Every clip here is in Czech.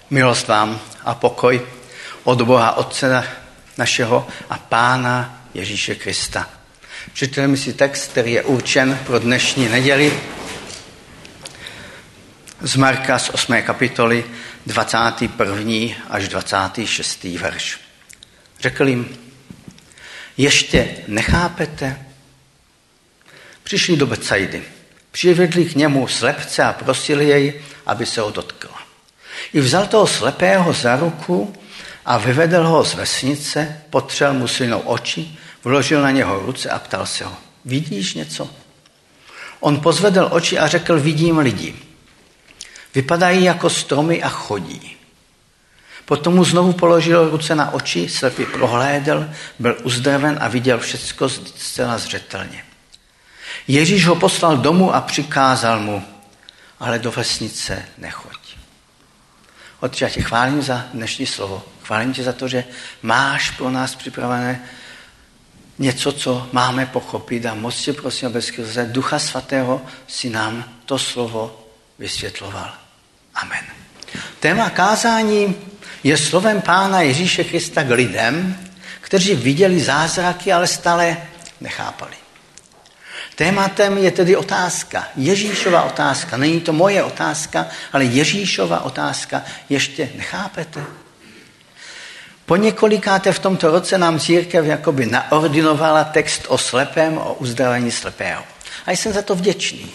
Milost vám a pokoj od Boha Otce našeho a Pána Ježíše Krista. Přečteme si text, který je určen pro dnešní neděli z Marka z 8. kapitoly 21. až 26. verš. Řekl jim, ještě nechápete? Přišli do Betsaidy. Přivedli k němu slepce a prosili jej, aby se ho dotkl. I vzal toho slepého za ruku a vyvedl ho z vesnice, potřel mu slinou oči, vložil na něho ruce a ptal se ho, vidíš něco? On pozvedl oči a řekl, vidím lidi. Vypadají jako stromy a chodí. Potom mu znovu položil ruce na oči, slepý prohlédl, byl uzdraven a viděl všecko zcela zřetelně. Ježíš ho poslal domů a přikázal mu, ale do vesnice nechoď. Otče, já tě chválím za dnešní slovo. Chválím tě za to, že máš pro nás připravené něco, co máme pochopit a moc tě prosím, aby skrze Ducha Svatého si nám to slovo vysvětloval. Amen. Téma kázání je slovem Pána Ježíše Krista k lidem, kteří viděli zázraky, ale stále nechápali. Tématem je tedy otázka, Ježíšova otázka. Není to moje otázka, ale Ježíšova otázka. Ještě nechápete? Po několikáté v tomto roce nám církev jakoby naordinovala text o slepém, o uzdravení slepého. A jsem za to vděčný.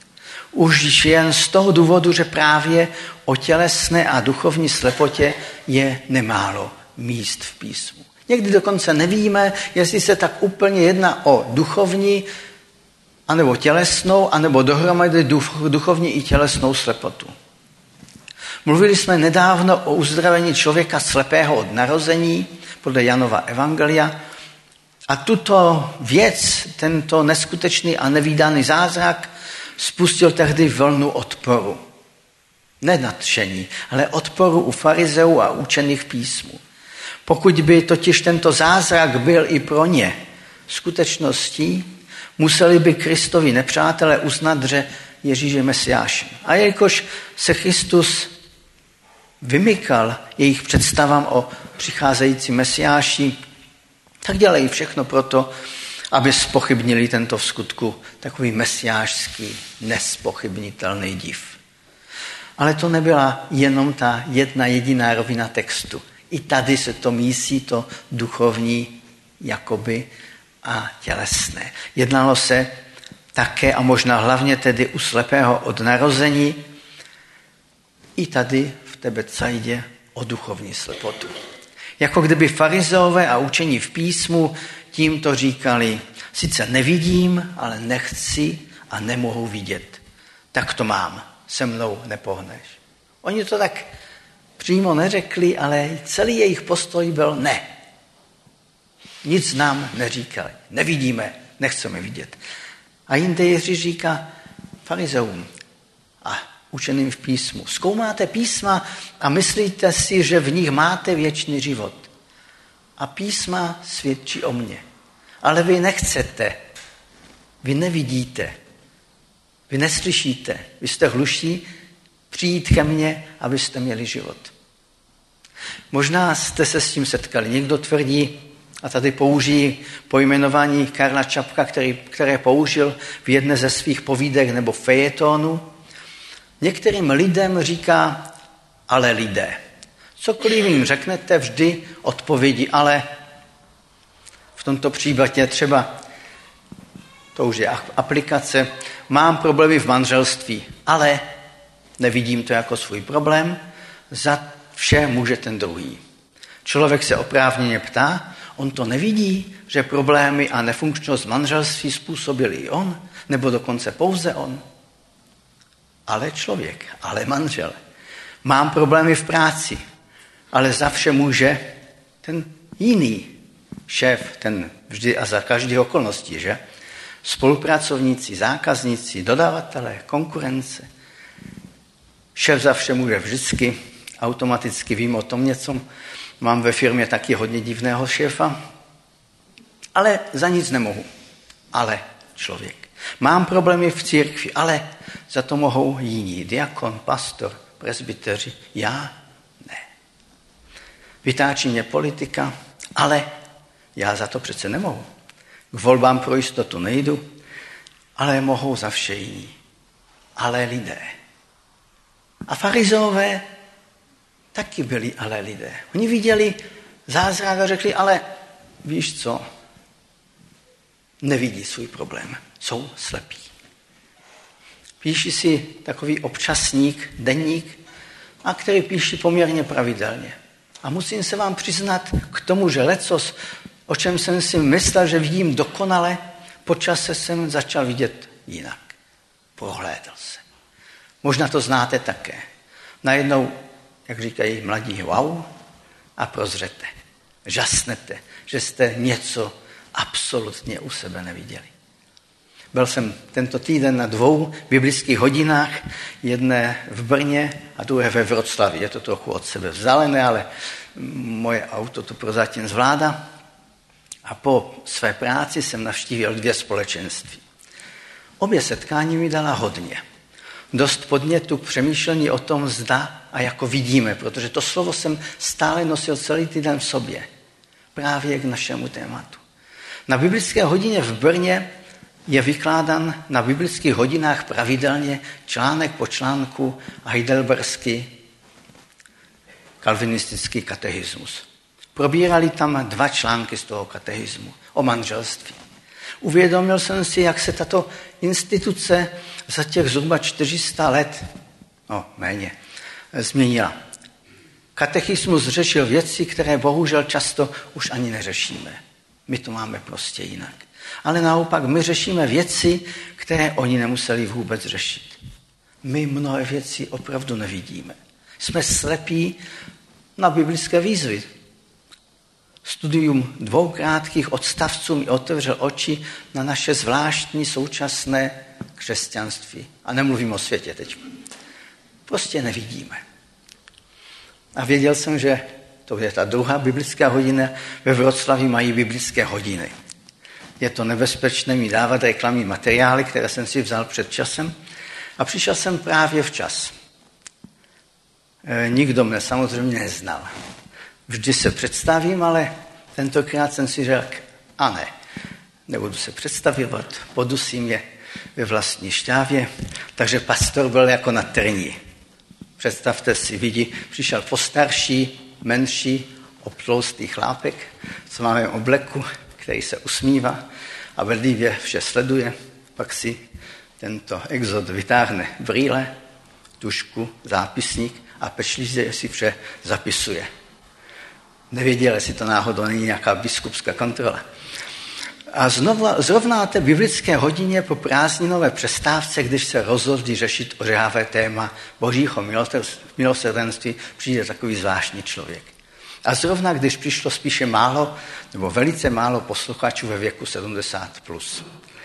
Už jen z toho důvodu, že právě o tělesné a duchovní slepotě je nemálo míst v písmu. Někdy dokonce nevíme, jestli se tak úplně jedná o duchovní, anebo tělesnou, anebo dohromady duchovní i tělesnou slepotu. Mluvili jsme nedávno o uzdravení člověka slepého od narození podle Janova evangelia a tuto věc, tento neskutečný a nevídaný zázrak spustil tehdy vlnu odporu. Ne nadšení, ale odporu u farizeů a učených písmů. Pokud by totiž tento zázrak byl i pro ně skutečností, museli by Kristovi nepřátelé uznat, že Ježíš je Mesiášem. A jelikož se Kristus vymykal jejich představám o přicházející Mesiáši, tak dělají všechno proto, aby zpochybnili tento v skutku takový mesiášský, nespochybnitelný div. Ale to nebyla jenom ta jedna jediná rovina textu. I tady se to mísí, to duchovní jakoby a tělesné. Jednalo se také a možná hlavně tedy u slepého od narození i tady v té Betsaidě o duchovní slepotu. Jako kdyby farizeové a učení v písmu tímto říkali, sice nevidím, ale nechci a nemohu vidět. Tak to mám, se mnou nepohneš. Oni to tak přímo neřekli, ale celý jejich postoj byl ne. Nic nám neříkali. Nevidíme, nechceme vidět. A jinde Ježíš říká farizeům a učeným v písmu. Zkoumáte písma a myslíte si, že v nich máte věčný život. A písma svědčí o mně. Ale vy nechcete, vy nevidíte, vy neslyšíte, vy jste hluší přijít ke mně, abyste měli život. Možná jste se s tím setkali. Někdo tvrdí, a tady použijí pojmenování Karla Čapka, které použil v jedné ze svých povídek nebo fejetonů. Některým lidem říká, ale lidé. Cokoliv jim řeknete, vždy odpovědi, ale v tomto případě třeba, to už je aplikace, mám problémy v manželství, ale nevidím to jako svůj problém, za vše může ten druhý. Člověk se oprávněně ptá, on to nevidí, že problémy a nefunkčnost manželství způsobili i on, nebo dokonce pouze on. Ale člověk, ale manžel. Mám problémy v práci, ale za vše může ten jiný šéf, ten vždy a za každé okolnosti, že? Spolupracovníci, zákazníci, dodavatelé, konkurence. Šéf za vše může vždycky, automaticky vím o tom něco. Mám ve firmě taky hodně divného šéfa, ale za nic nemohu. Ale člověk. Mám problémy v církvi, ale za to mohou jiní. Diakon, pastor, presbyteři, já vytáčí mě politika, ale já za to přece nemohu. K volbám pro jistotu nejdu, ale mohou za vše jiní. Ale lidé. A farizeové taky byli ale lidé. Oni viděli zázrak a řekli, ale víš co, nevidí svůj problém, jsou slepí. Píší si takový občasník, deník, a který píší poměrně pravidelně. A musím se vám přiznat k tomu, že lecos, o čem jsem si myslel, že vidím dokonale, po čase jsem začal vidět jinak. Prohlédl se. Možná to znáte také. Najednou, jak říkají mladí, wow, a prozřete. Žasnete, že jste něco absolutně u sebe neviděli. Byl jsem tento týden na 2 biblických hodinách, jedné v Brně a druhé ve Wroclawi. Je to trochu od sebe vzdálené, ale moje auto to prozatím zvládá. A po své práci jsem navštívil 2 společenství. Obě setkání mi dala hodně. Dost podnětu k přemýšlení o tom, zda a jako vidíme, protože to slovo jsem stále nosil celý týden v sobě. Právě k našemu tématu. Na biblické hodině v Brně je vykládán na biblických hodinách pravidelně článek po článku heidelberský kalvinistický katechismus. Probírali tam 2 články z toho katechismu o manželství. Uvědomil jsem si, jak se tato instituce za těch zhruba 400 let, méně, změnila. Katechismus řešil věci, které bohužel často už ani neřešíme. My to máme prostě jinak. Ale naopak my řešíme věci, které oni nemuseli vůbec řešit. My mnohé věci opravdu nevidíme. Jsme slepí na biblické výzvy. Studium 2 krátkých odstavců mi otevřel oči na naše zvláštní současné křesťanství. A nemluvím o světě teď. Prostě nevidíme. A věděl jsem, že to je ta 2. biblická hodina, ve Wroclawi mají biblické hodiny. Je to nebezpečné mi dávat reklamní materiály, které jsem si vzal před časem. A přišel jsem právě včas. Nikdo mě samozřejmě neznal. Vždy se představím, ale tentokrát jsem si řekl, a ne, nebudu se představovat, podusím je ve vlastní šťávě. Takže pastor byl jako na trní. Představte si, přišel postarší, menší, obtloustý chlápek, co máme obleku, který se usmívá a bedlivě vše sleduje. Pak si tento exot vytáhne brýle, tužku, zápisník a pečlivě si vše zapisuje. Nevěděl, jestli to náhodou není nějaká biskupská kontrola. A zrovna na té biblické hodině po prázdninové přestávce, když se rozhodli řešit ožehavé téma Božího milosrdenství, přijde takový zvláštní člověk. A zrovna když přišlo spíše málo, nebo velice málo posluchačů ve věku 70+.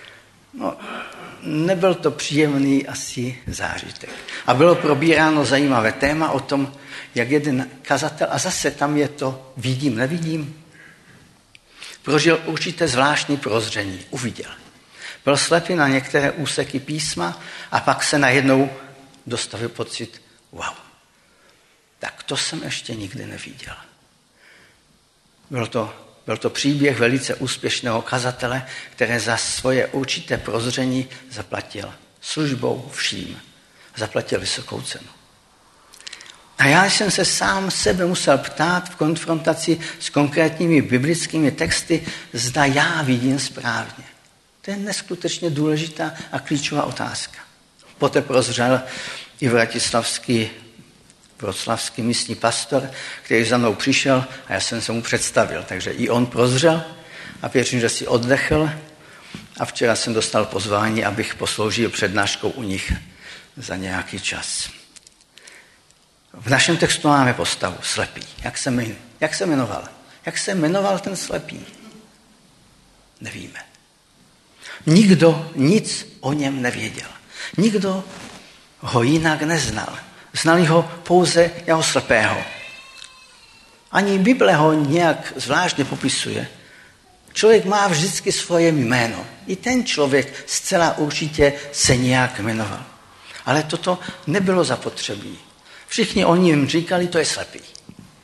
Nebyl to příjemný asi zážitek. A bylo probíráno zajímavé téma o tom, jak jeden kazatel, a zase tam je to vidím, nevidím, prožil určité zvláštní prozření, uviděl. Byl slepý na některé úseky písma a pak se najednou dostavil pocit, wow, tak to jsem ještě nikdy neviděl. Byl to příběh velice úspěšného kazatele, který za svoje určité prozření zaplatil službou vším. Zaplatil vysokou cenu. A já jsem se sám sebe musel ptát v konfrontaci s konkrétními biblickými texty, zda já vidím správně. To je neskutečně důležitá a klíčová otázka. Poté prozřel i vroclavský místní pastor, který za mnou přišel a já jsem se mu představil. Takže i on prozřel a věřím, že si oddechl a včera jsem dostal pozvání, abych posloužil přednáškou u nich za nějaký čas. V našem textu máme postavu slepý. Jak se jmenoval? Jak se jmenoval ten slepý? Nevíme. Nikdo nic o něm nevěděl. Nikdo ho jinak neznal. Znali ho pouze jako slepého. Ani Bible ho nějak zvláštně popisuje. Člověk má vždycky svoje jméno. I ten člověk zcela určitě se nějak jmenoval. Ale toto nebylo zapotřebí. Všichni o něm říkali, to je slepý.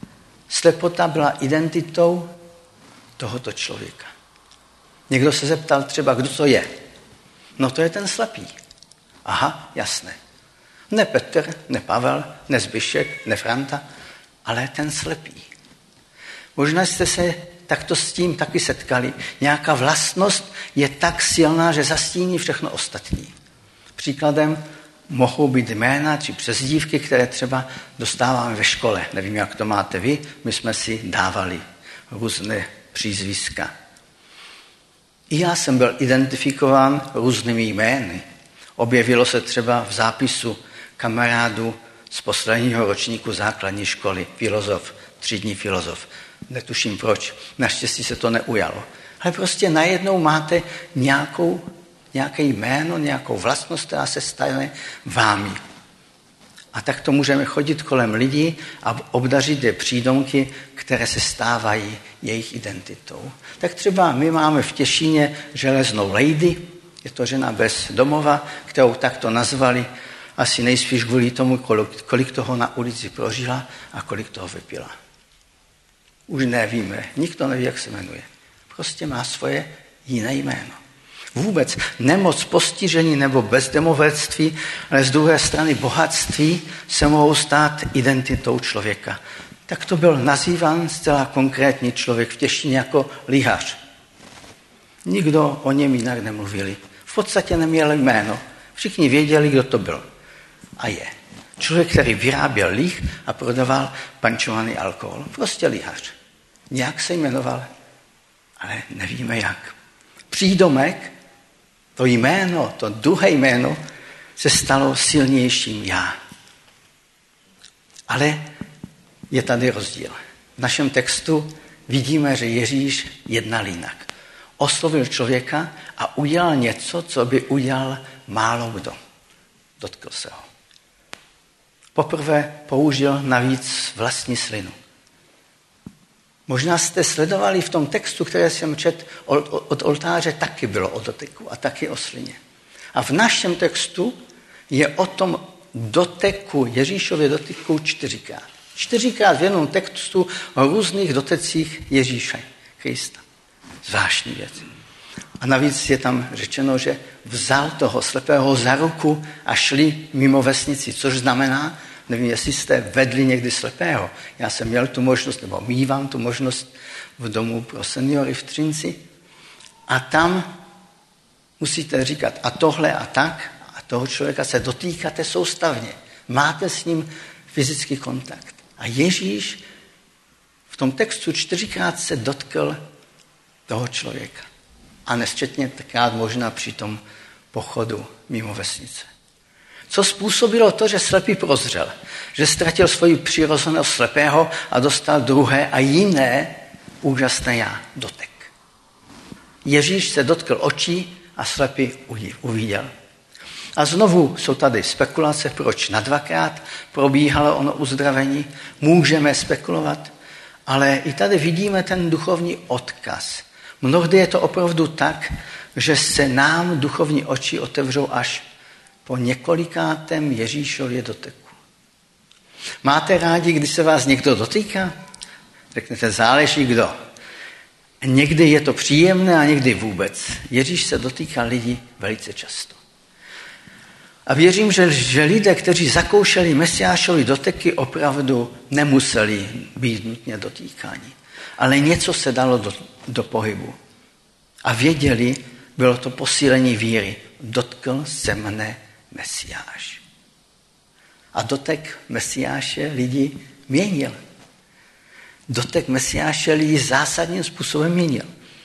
Slepota byla identitou tohoto člověka. Někdo se zeptal třeba, kdo to je. No to je ten slepý. Aha, jasné. Ne Petr, ne Pavel, ne Zbyšek, ne Franta, ale ten slepý. Možná jste se takto s tím taky setkali. Nějaká vlastnost je tak silná, že zastíní všechno ostatní. Příkladem mohou být jména či přezdívky, které třeba dostáváme ve škole. Nevím, jak to máte vy, my jsme si dávali různé přízviska. I já jsem byl identifikován různými jmény. Objevilo se třeba v zápisu kamarádů z posledního ročníku základní školy, filozof, třídní filozof. Netuším proč, naštěstí se to neujalo. Ale prostě najednou máte nějaké jméno, nějakou vlastnost, která se stane vámi. A tak to můžeme chodit kolem lidí a obdařit je přídomky, které se stávají jejich identitou. Tak třeba my máme v Těšíně železnou lady, je to žena bez domova, kterou takto nazvali, asi nejspíš kvůli tomu, kolik toho na ulici prožila a kolik toho vypila. Už nevíme, nikdo neví, jak se jmenuje. Prostě má svoje jiné jméno. Vůbec nemoc, postižení nebo bezdomovectví, ale z druhé strany bohatství se mohou stát identitou člověka. Tak to byl nazýván zcela konkrétní člověk v Těšíně jako lihař. Nikdo o něm jinak nemluvili. V podstatě neměl jméno. Všichni věděli, kdo to byl. A je. Člověk, který vyráběl líh a prodával pančovaný alkohol. Prostě lihař. Nějak se jmenoval, ale nevíme jak. Přídomek, to jméno, to druhé jméno, se stalo silnějším já. Ale je tady rozdíl. V našem textu vidíme, že Ježíš jednal jinak. Oslovil člověka a udělal něco, co by udělal málo kdo. Dotkl se ho. Poprvé použil navíc vlastní slinu. Možná jste sledovali v tom textu, který jsem četl od oltáře, taky bylo o doteku a taky o slině. A v našem textu je o tom doteku, Ježíšově doteku 4krát. 4krát v jednom textu o různých dotecích Ježíše Krista. Zvláštní věc. A navíc je tam řečeno, že vzal toho slepého za ruku a šli mimo vesnici, což znamená, nevím, jestli jste vedli někdy slepého. Já jsem měl tu možnost, nebo mívám tu možnost v domu pro seniory v Třinci. A tam musíte říkat a tohle a tak, a toho člověka se dotýkáte soustavně. Máte s ním fyzický kontakt. A Ježíš v tom textu 4krát se dotkl toho člověka. A nesčetně takrát možná při tom pochodu mimo vesnice. Co způsobilo to, že slepý prozřel, že ztratil svoji přirozenost slepého a dostal druhé a jiné úžasné já, dotek. Ježíš se dotkl očí a slepý uviděl. A znovu jsou tady spekulace, proč na 2krát probíhalo ono uzdravení. Můžeme spekulovat, ale i tady vidíme ten duchovní odkaz. Mnohdy je to opravdu tak, že se nám duchovní oči otevřou až po několikátém Ježíšově doteku. Máte rádi, když se vás někdo dotýká? Řeknete, záleží kdo. Někdy je to příjemné a někdy vůbec. Ježíš se dotýká lidí velice často. A věřím, že lidé, kteří zakoušeli Mesiášovi doteky, opravdu nemuseli být nutně dotýkáni. Ale něco se dalo do pohybu. A věděli, bylo to posílení víry. Dotkl se mne Mesiáš. A dotek Mesiáše lidi měnil. Dotek Mesiáše lidi zásadním způsobem měnil.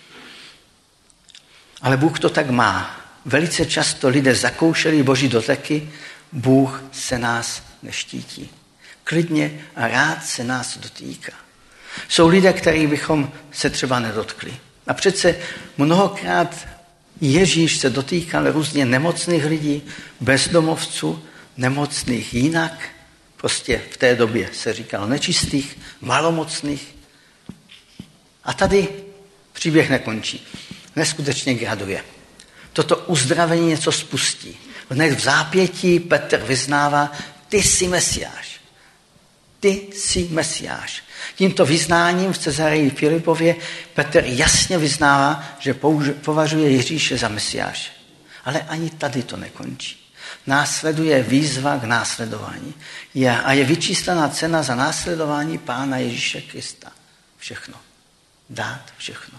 Ale Bůh to tak má. Velice často lidé zakoušeli Boží doteky, Bůh se nás neštítí. Klidně a rád se nás dotýká. Jsou lidé, kterých bychom se třeba nedotkli. A přece mnohokrát Ježíš se dotýkal různě nemocných lidí, bezdomovců, nemocných jinak. Prostě v té době se říkalo nečistých, malomocných. A tady příběh nekončí. Neskutečně graduje. Toto uzdravení něco spustí. Hned v zápětí Petr vyznává, ty jsi Mesiáš. ty jsi Mesiáš. Tímto vyznáním v Cezareji Filipově Petr jasně vyznává, že považuje Ježíše za Mesiáše. Ale ani tady to nekončí. Následuje výzva k následování. A je vyčíslená cena za následování Pána Ježíše Krista. Všechno. Dát všechno.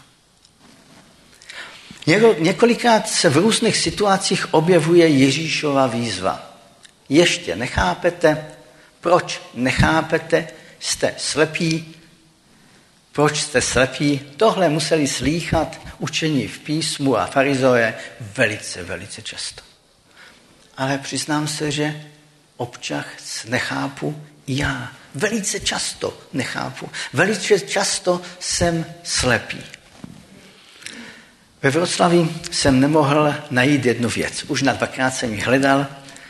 Několikrát se v různých situacích objevuje Ježíšova výzva. Ještě nechápete? Proč nechápete? Jste slepí? Proč jste slepí? Tohle museli slýchat učení v písmu a farizeje velice, velice často. Ale přiznám se, že občas nechápu i já. Velice často nechápu. Velice často jsem slepý. Ve Vroclavi jsem nemohl najít jednu věc. Už na dvakrát jsem ji hledal.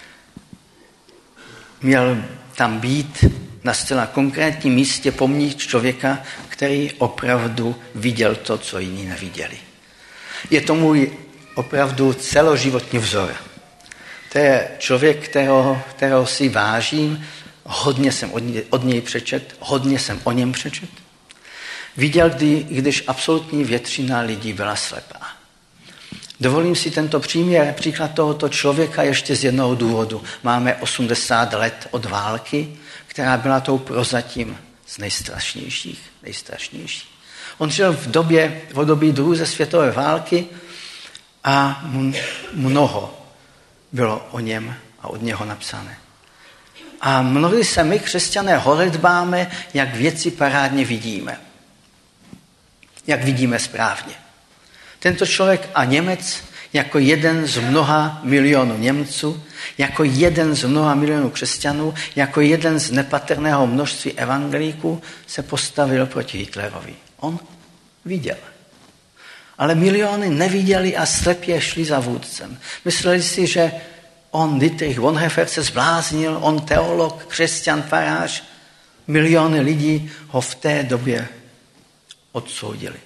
Měl tam být na zcela konkrétním místě pomník člověka, který opravdu viděl to, co jiní neviděli. Je to můj opravdu celoživotní vzor. To je člověk, kterého si vážím, hodně jsem od něj přečet, hodně jsem o něm přečet. Viděl, když absolutní většina lidí byla slepá. Dovolím si tento příklad tohoto člověka ještě z jednoho důvodu. Máme 80 let od války, která byla tou prozatím z nejstrašnější. On žil v období druhé světové války a mnoho bylo o něm a od něho napsané. A mnohdy se my, křesťané, holedbáme, jak věci parádně vidíme. Jak vidíme správně. Tento člověk a Němec jako jeden z mnoha milionů Němců, jako jeden z mnoha milionů křesťanů, jako jeden z nepatrného množství evangelíků se postavil proti Hitlerovi. On viděl. Ale miliony neviděli a slepě šli za vůdcem. Mysleli si, že on, Dietrich Bonhoeffer, se zbláznil, on teolog, křesťan, farář. Miliony lidí ho v té době odsoudili.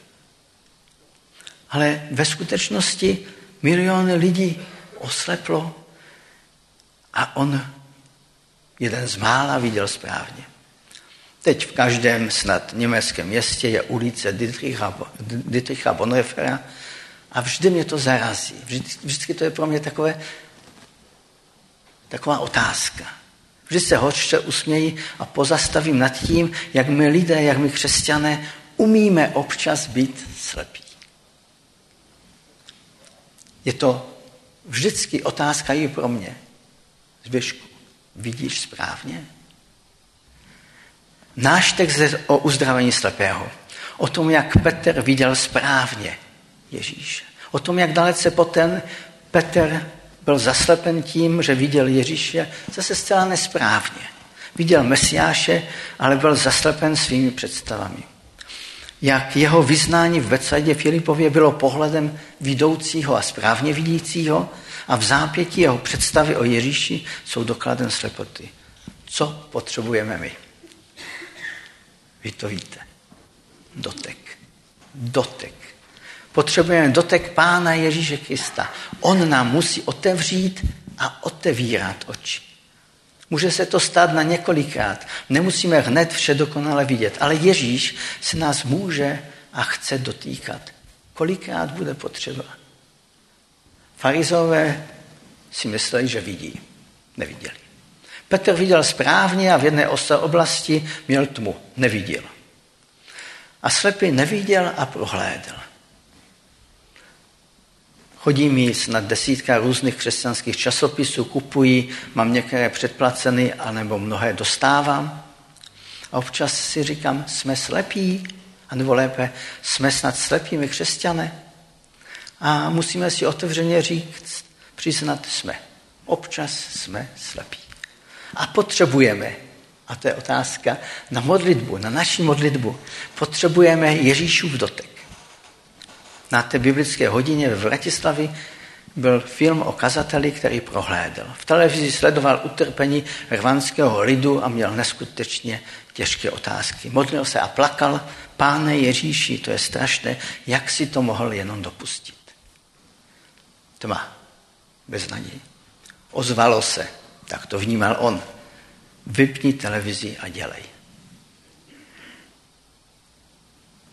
Ale ve skutečnosti miliony lidí osleplo a on jeden z mála viděl správně. Teď v každém snad německém městě je ulice Dietricha Bonhoeffera a vždy mě to zarazí. Vždycky to je pro mě taková otázka. Vždy se hořče usmějí a pozastavím nad tím, jak my lidé, jak my křesťané umíme občas být slepí. Je to vždycky otázka i pro mě. Zběžku, vidíš správně? Náš text je o uzdravení slepého. O tom, jak Petr viděl správně Ježíše. O tom, jak dalece potom Petr byl zaslepen tím, že viděl Ježíše zase zcela nesprávně. Viděl Mesiáše, ale byl zaslepen svými představami. Jak jeho vyznání v Betsaidě Filipově bylo pohledem vidoucího a správně vidícího a v zápětí jeho představy o Ježíši jsou dokladem slepoty. Co potřebujeme my? Vy to víte. Dotek. Potřebujeme dotek Pána Ježíše Krista. On nám musí otevřít a otevírat oči. Může se to stát na několikrát. Nemusíme hned vše dokonale vidět, ale Ježíš se nás může a chce dotýkat. Kolikrát bude potřeba? Farizové si mysleli, že vidí. Neviděli. Petr viděl správně a v jedné oblasti měl tmu. Neviděl. A slepý neviděl a prohlédl. Chodí mi snad desítka různých křesťanských časopisů, kupuji, mám některé předplacené, anebo mnohé dostávám. A občas si říkám, jsme slepí, anebo lépe, jsme snad slepými křesťané. A musíme si otevřeně říct, přiznat jsme. Občas jsme slepí. A potřebujeme, a to je otázka, na modlitbu, na naši modlitbu, potřebujeme Ježíšův dotek. Na té biblické hodině v Vratislavi byl film o kazateli, který prohlédl. V televizi sledoval utrpení rwandského lidu a měl neskutečně těžké otázky. Modlil se a plakal, Páne Ježíši, to je strašné, jak si to mohl jenom dopustit. Tma, beznaděj. Ozvalo se, tak to vnímal on. Vypni televizi a dělej.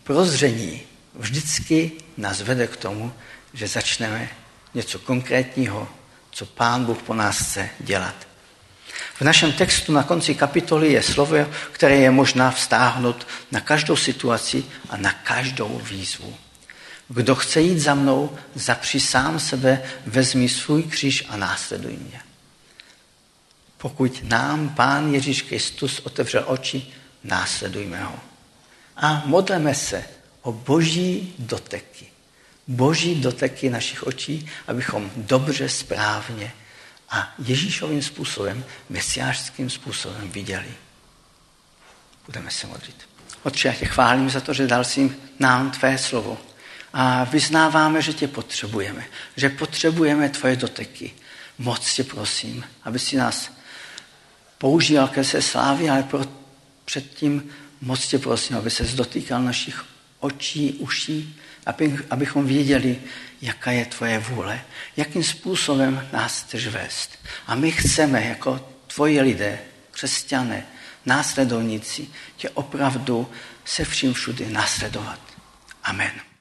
prozření vždycky nás vede k tomu, že začneme něco konkrétního, co Pán Bůh po nás chce dělat. V našem textu na konci kapitoly je slovo, které je možná vztáhnout na každou situaci a na každou výzvu. Kdo chce jít za mnou, zapři sám sebe, vezmi svůj kříž a následuj mě. Pokud nám Pán Ježíš Kristus otevřel oči, následujme ho. A modleme se o boží doteky. Boží doteky našich očí, abychom dobře, správně a Ježíšovým způsobem, mesiářským způsobem viděli. Budeme se modlit. Otče, já tě chválím za to, že dal jsi nám tvé slovo. A vyznáváme, že tě potřebujeme. Že potřebujeme tvoje doteky. Moc tě prosím, aby si nás používal ke své slávě, ale předtím moc tě prosím, aby se dotýkal našich očí, uší, abychom věděli, jaká je tvoje vůle, jakým způsobem nás chceš vést. A my chceme jako tvoji lidé, křesťané, následovníci, tě opravdu se vším všude následovat. Amen.